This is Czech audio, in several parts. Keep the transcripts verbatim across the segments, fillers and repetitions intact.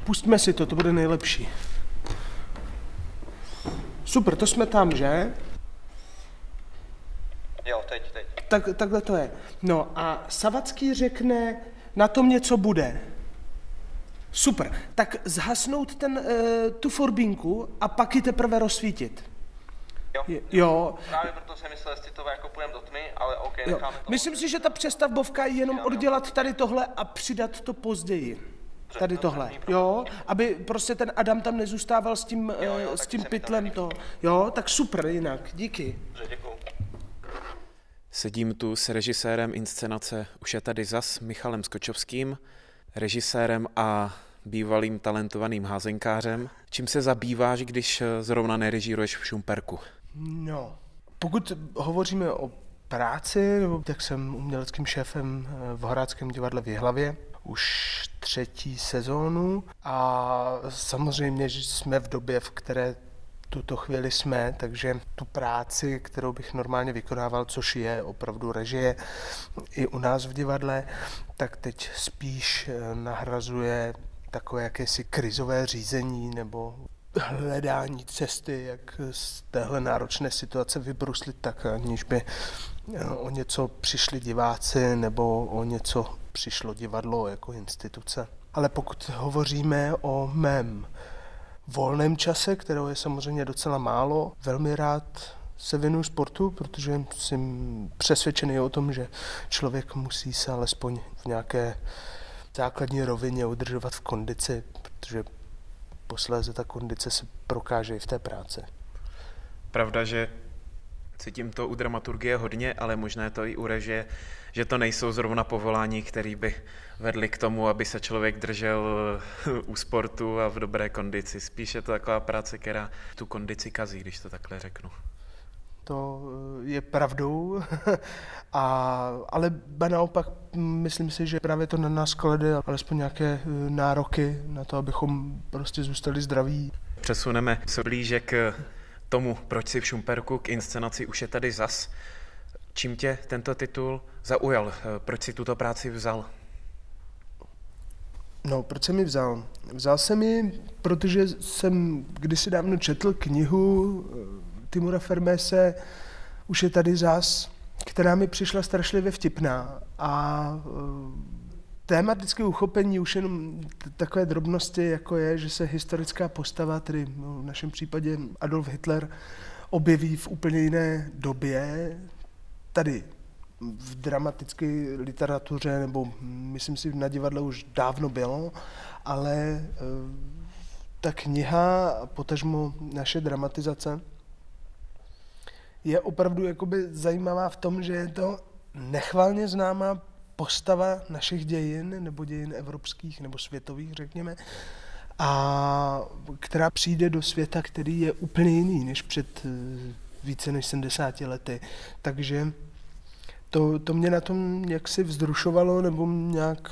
Pustíme si to, to bude nejlepší. Super, to jsme tam, že? Jo, teď, teď. Tak, takhle to je. No a Savacký řekne, na tom něco bude. Super, tak zhasnout ten, uh, tu forbínku a pak ji teprve rozsvítit. Jo, Je, jo. Právě proto jsem myslel, jestli to jako půjdeme do tmy, ale OK, necháme to. Myslím si, že ta přestavbovka je jenom oddělat tady tohle a přidat to později. Tady tohle, jo, aby prostě ten Adam tam nezůstával s tím, jo, jo, s tím pytlem to. Jo, tak super, jinak, díky. Děkuju. Sedím tu s režisérem inscenace Už je tady zas, Michalem Skočovským, režisérem a bývalým talentovaným házenkářem. Čím se zabýváš, když zrovna nerežíruješ v Šumperku? No, pokud hovoříme o práci, tak jsem uměleckým šéfem v Horáckém divadle v Jihlavě už třetí sezónu a samozřejmě, že jsme v době, v které tuto chvíli jsme, takže tu práci, kterou bych normálně vykonával, což je opravdu režie i u nás v divadle, tak teď spíš nahrazuje takové jakési krizové řízení nebo hledání cesty, jak z téhle náročné situace vybruslit tak, aniž by o něco přišli diváci nebo o něco přišlo divadlo jako instituce. Ale pokud hovoříme o mém volném čase, kterého je samozřejmě docela málo, velmi rád se věnuju sportu, protože jsem přesvědčený o tom, že člověk musí se alespoň v nějaké základní rovině udržovat v kondici, protože posléze ta kondice se prokáže i v té práci. Pravda, že cítím to u dramaturgie hodně, ale možná to i u režie, že to nejsou zrovna povolání, které by vedly k tomu, aby se člověk držel u sportu a v dobré kondici. Spíš je to taková práce, která tu kondici kazí, když to takhle řeknu. To je pravdou, a, ale naopak myslím si, že právě to na nás klade alespoň nějaké nároky na to, abychom prostě zůstali zdraví. Přesuneme se blíže k tomu, proč si v Šumperku, k inscenaci Už je tady zas. Čím tě tento titul zaujal? Proč si tuto práci vzal? No, proč jsem ji vzal? Vzal jsem ji, protože jsem kdysi dávno četl knihu Timura Fermese Už je tady zas, která mi přišla strašlivě vtipná a tématické uchopení už jenom takové drobnosti, jako je, že se historická postava, tedy v našem případě Adolf Hitler, objeví v úplně jiné době, tady v dramatické literatuře, nebo myslím si na divadle už dávno bylo, ale ta kniha a potažmo naše dramatizace je opravdu jakoby zajímavá v tom, že je to nechvalně známá postava našich dějin, nebo dějin evropských, nebo světových, řekněme, a která přijde do světa, který je úplně jiný než před více než sedmdesáti lety. Takže to, to mě na tom jaksi vzrušovalo, nebo nějak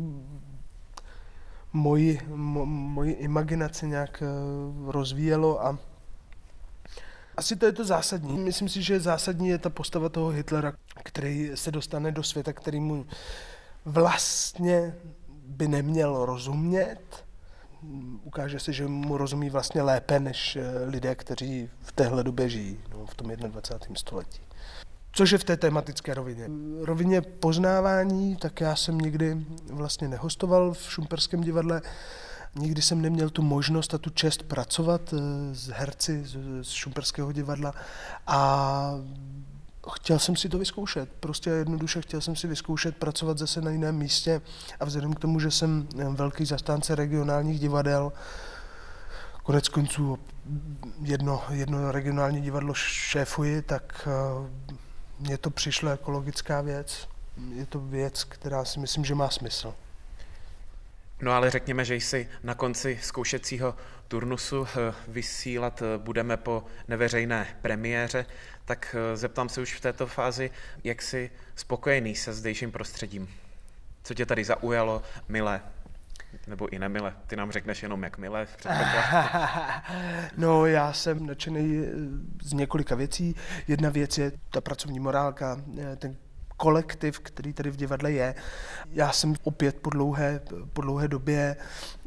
moji, mo, moji imaginaci nějak rozvíjelo a asi to je to zásadní. Myslím si, že zásadní je ta postava toho Hitlera, který se dostane do světa, který mu vlastně by neměl rozumět. Ukáže se, že mu rozumí vlastně lépe než lidé, kteří v téhle době žijí, no, v tom dvacátém prvním století. Což je v té tematické rovině. V rovině poznávání, tak já jsem nikdy vlastně nehostoval v Šumperském divadle. Nikdy jsem neměl tu možnost a tu čest pracovat s herci z Šumperského divadla a chtěl jsem si to vyzkoušet. Prostě jednoduše chtěl jsem si vyzkoušet pracovat zase na jiném místě a vzhledem k tomu, že jsem velký zastánce regionálních divadel, konec konců jedno, jedno regionální divadlo šéfuji, tak mně to přišlo jako logická věc. Je to věc, která si myslím, že má smysl. No ale řekněme, že jsi na konci zkoušecího turnusu, vysílat budeme po neveřejné premiéře, tak zeptám se už v této fázi, jak jsi spokojený se zdejším prostředím? Co tě tady zaujalo, milé? Nebo i nemilé? Ty nám řekneš jenom, jak milé v předpokladu. No, já jsem nadšený z několika věcí. Jedna věc je ta pracovní morálka, ten kolektiv, který tady v divadle je. Já jsem opět po dlouhé, po dlouhé době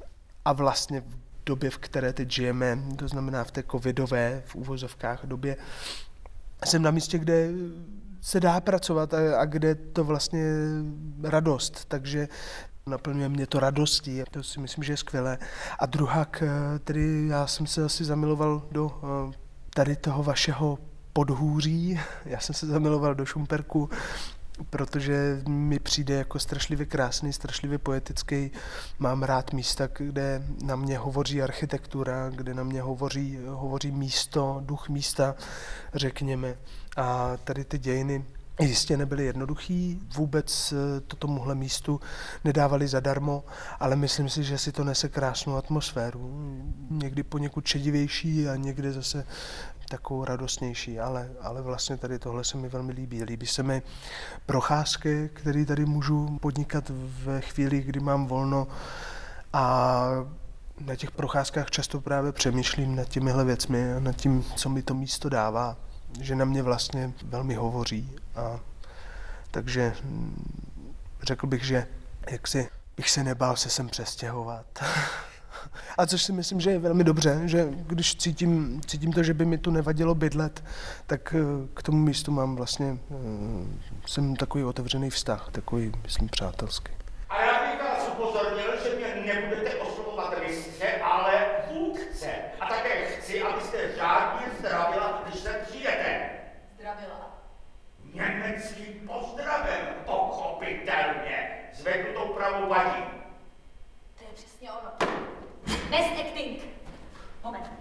a vlastně v době, v které teď žijeme, to znamená v té covidové, v úvozovkách době, jsem na místě, kde se dá pracovat a, a kde to vlastně radost, takže naplňuje mě to radostí, to si myslím, že je skvělé. A druhak, tedy já jsem se asi zamiloval do tady toho vašeho podhůří, já jsem se zamiloval do Šumperku, protože mi přijde jako strašlivě krásný, strašlivě poetický. Mám rád místa, kde na mě hovoří architektura, kde na mě hovoří, hovoří místo, duch místa, řekněme. A tady ty dějiny jistě nebyly jednoduchý, vůbec to tomuhle místu nedávali zadarmo, ale myslím si, že si to nese krásnou atmosféru. Někdy poněkud šedivější a někdy zase takovou radostnější, ale, ale vlastně tady tohle se mi velmi líbí. Líbí se mi procházky, které tady můžu podnikat ve chvíli, kdy mám volno a na těch procházkách často právě přemýšlím nad těmihle věcmi a nad tím, co mi to místo dává, že na mě vlastně velmi hovoří. A takže řekl bych, že jaksi bych se nebál se sem přestěhovat. A což si myslím, že je velmi dobře, že když cítím, cítím to, že by mi tu nevadilo bydlet, tak k tomu místu mám vlastně, jsem takový otevřený vztah, takový, myslím, přátelský. A já bych vás upozornil, že mě nebudete oslovovat mistře, ale vůdce. A také chci, abyste řádně zdravila, když se přijete. Zdravila? Německým pozdravem, pochopitelně. Zvednutou pravou vadí. To je přesně ono. Best acting. Moment.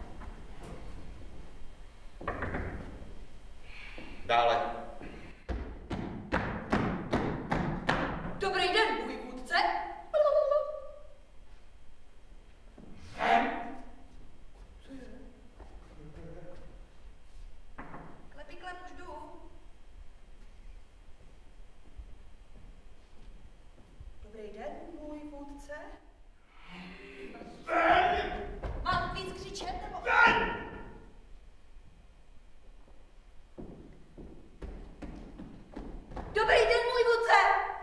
Dále. Dobrý den, můj vůdce. Hm? Klepí, klep, už jdu. Dobrý den, můj vůdce. Ven! Mám víc křičet, nebo? Ven! Dobrý den, můj vůdce.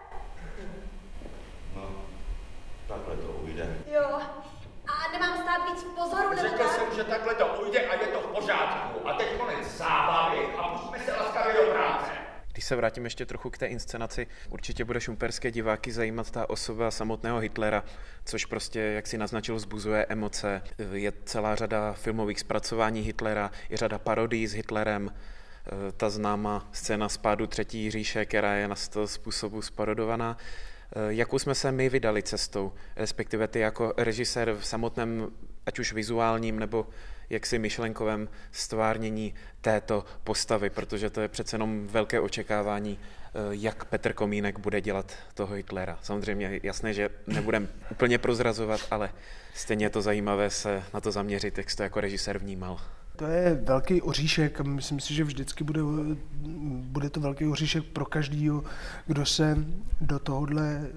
No, takhle to ujde. Jo. A nemám stát víc v pozoru, nebo Řekl tak? jsem, že takhle to ujde a je to v pořádku. A teď konec zábavy a pustíme se laskavě do práce. Když se vrátím ještě trochu k té inscenaci, určitě bude šumperské diváky zajímat ta osoba samotného Hitlera, což prostě, jak si naznačil, vzbuzuje emoce. Je celá řada filmových zpracování Hitlera, je řada parodií s Hitlerem, ta známá scéna z pádu Třetí říše, která je na sto způsobů sparodovaná. Jakou jsme se my vydali cestou, respektive ty jako režisér v samotném, ať už vizuálním nebo jaksi myšlenkovém stvárnění této postavy, protože to je přece jenom velké očekávání, jak Petr Komínek bude dělat toho Hitlera. Samozřejmě je jasné, že nebudeme úplně prozrazovat, ale stejně je to zajímavé se na to zaměřit, jak jsi to jako režisér vnímal. To je velký oříšek a myslím si, že vždycky bude, bude to velký oříšek pro každýho, kdo se do tohohle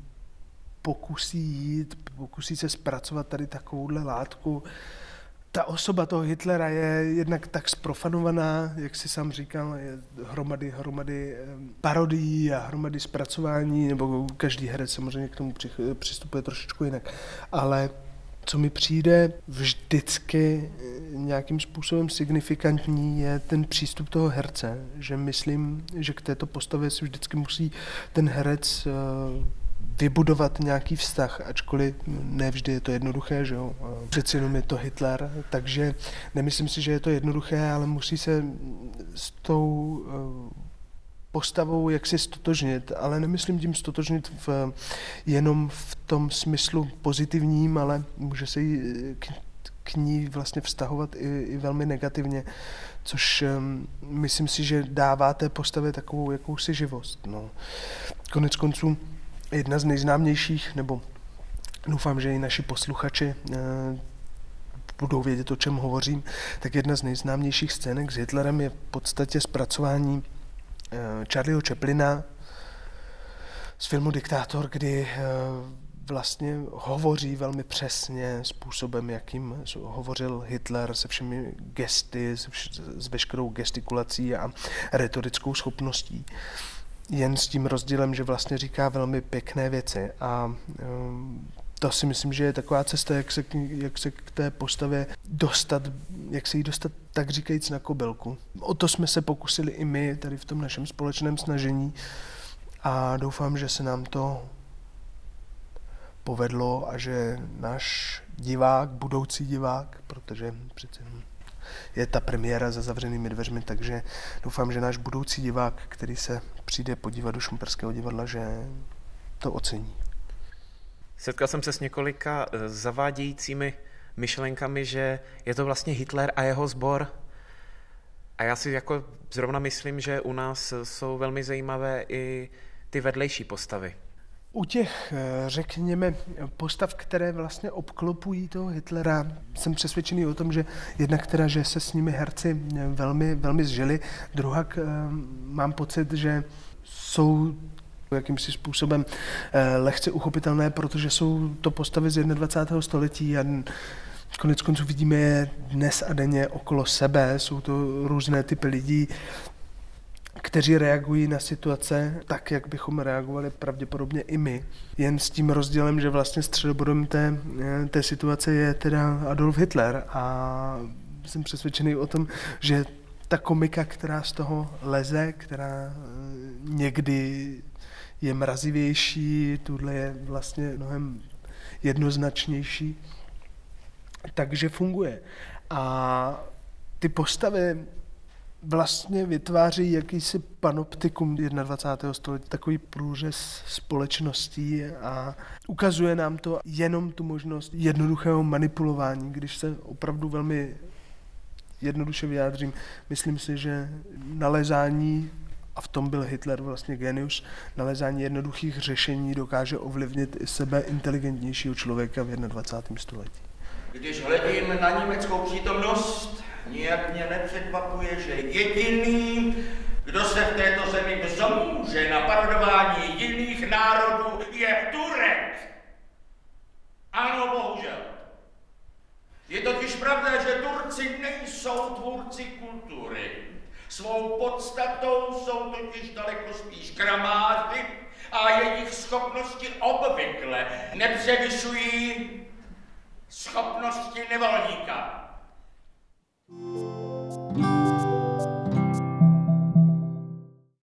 pokusí jít, pokusí se zpracovat tady takovouhle látku. Ta osoba toho Hitlera je jednak tak zprofanovaná, jak si sám říkal, je hromady, hromady parodií a hromady zpracování, nebo každý herec samozřejmě k tomu přistupuje trošičku jinak, ale co mi přijde vždycky nějakým způsobem signifikantní, je ten přístup toho herce, že myslím, že k této postavě si vždycky musí ten herec vybudovat nějaký vztah, ačkoliv ne vždy je to jednoduché, že jo. Přeci jenom je to Hitler, takže nemyslím si, že je to jednoduché, ale musí se s tou postavou jak si stotožnit, ale nemyslím tím stotožnit v, jenom v tom smyslu pozitivním, ale může se jí k, k ní vlastně vztahovat i, i velmi negativně, což um, myslím si, že dává té postavě takovou jakousi živost. No. Konec konců jedna z nejznámějších, nebo doufám, že i naši posluchači uh, budou vědět, o čem hovořím, tak jedna z nejznámějších scének s Hitlerem je v podstatě zpracování Charlieho Chaplina z filmu Diktátor, kdy vlastně hovoří velmi přesně způsobem, jakým hovořil Hitler, se všemi gesty, se vš- s veškerou gestikulací a retorickou schopností. Jen s tím rozdílem, že vlastně říká velmi pěkné věci. A to si myslím, že je taková cesta, jak se, jak se k té postavě dostat, jak se jí dostat, tak říkajíc, na kobylku. O to jsme se pokusili i my tady v tom našem společném snažení a doufám, že se nám to povedlo a že náš divák, budoucí divák, protože přece je ta premiéra za zavřenými dveřmi, takže doufám, že náš budoucí divák, který se přijde podívat do Šumperského divadla, že to ocení. Setkal jsem se s několika zavádějícími myšlenkami, že je to vlastně Hitler a jeho sbor. A já si jako zrovna myslím, že u nás jsou velmi zajímavé i ty vedlejší postavy. U těch, řekněme, postav, které vlastně obklopují toho Hitlera, jsem přesvědčený o tom, že jednak teda, že se s nimi herci velmi, velmi zžili, druhak mám pocit, že jsou jakýmsi způsobem lehce uchopitelné, protože jsou to postavy z dvacátého prvního století a konec konců vidíme je dnes a denně okolo sebe, jsou to různé typy lidí, kteří reagují na situace tak, jak bychom reagovali pravděpodobně i my. Jen s tím rozdílem, že vlastně středobodem té, té situace je teda Adolf Hitler a jsem přesvědčený o tom, že ta komika, která z toho leze, která někdy je mrazivější, tuhle je vlastně mnohem jednoznačnější, takže funguje. A ty postavy vlastně vytváří jakýsi panoptikum dvacátého prvního století, takový průřez společností a ukazuje nám to jenom tu možnost jednoduchého manipulování, když se opravdu velmi jednoduše vyjádřím. Myslím si, že nalezání, a v tom byl Hitler vlastně genius, nalezání jednoduchých řešení dokáže ovlivnit i sebe inteligentnějšího člověka v dvacátém prvním století. Když hledím na německou přítomnost, nijak mě nepřekvapuje, že jediný, kdo se v této zemi vzomůže na parodování jiných národů, je Turek. Ano, bohužel. Je totiž pravda, že Turci nejsou tvůrci kultury. Svou podstatou jsou totiž daleko spíš kramáři a jejich schopnosti obvykle nepřevyšují schopnosti nevolníka.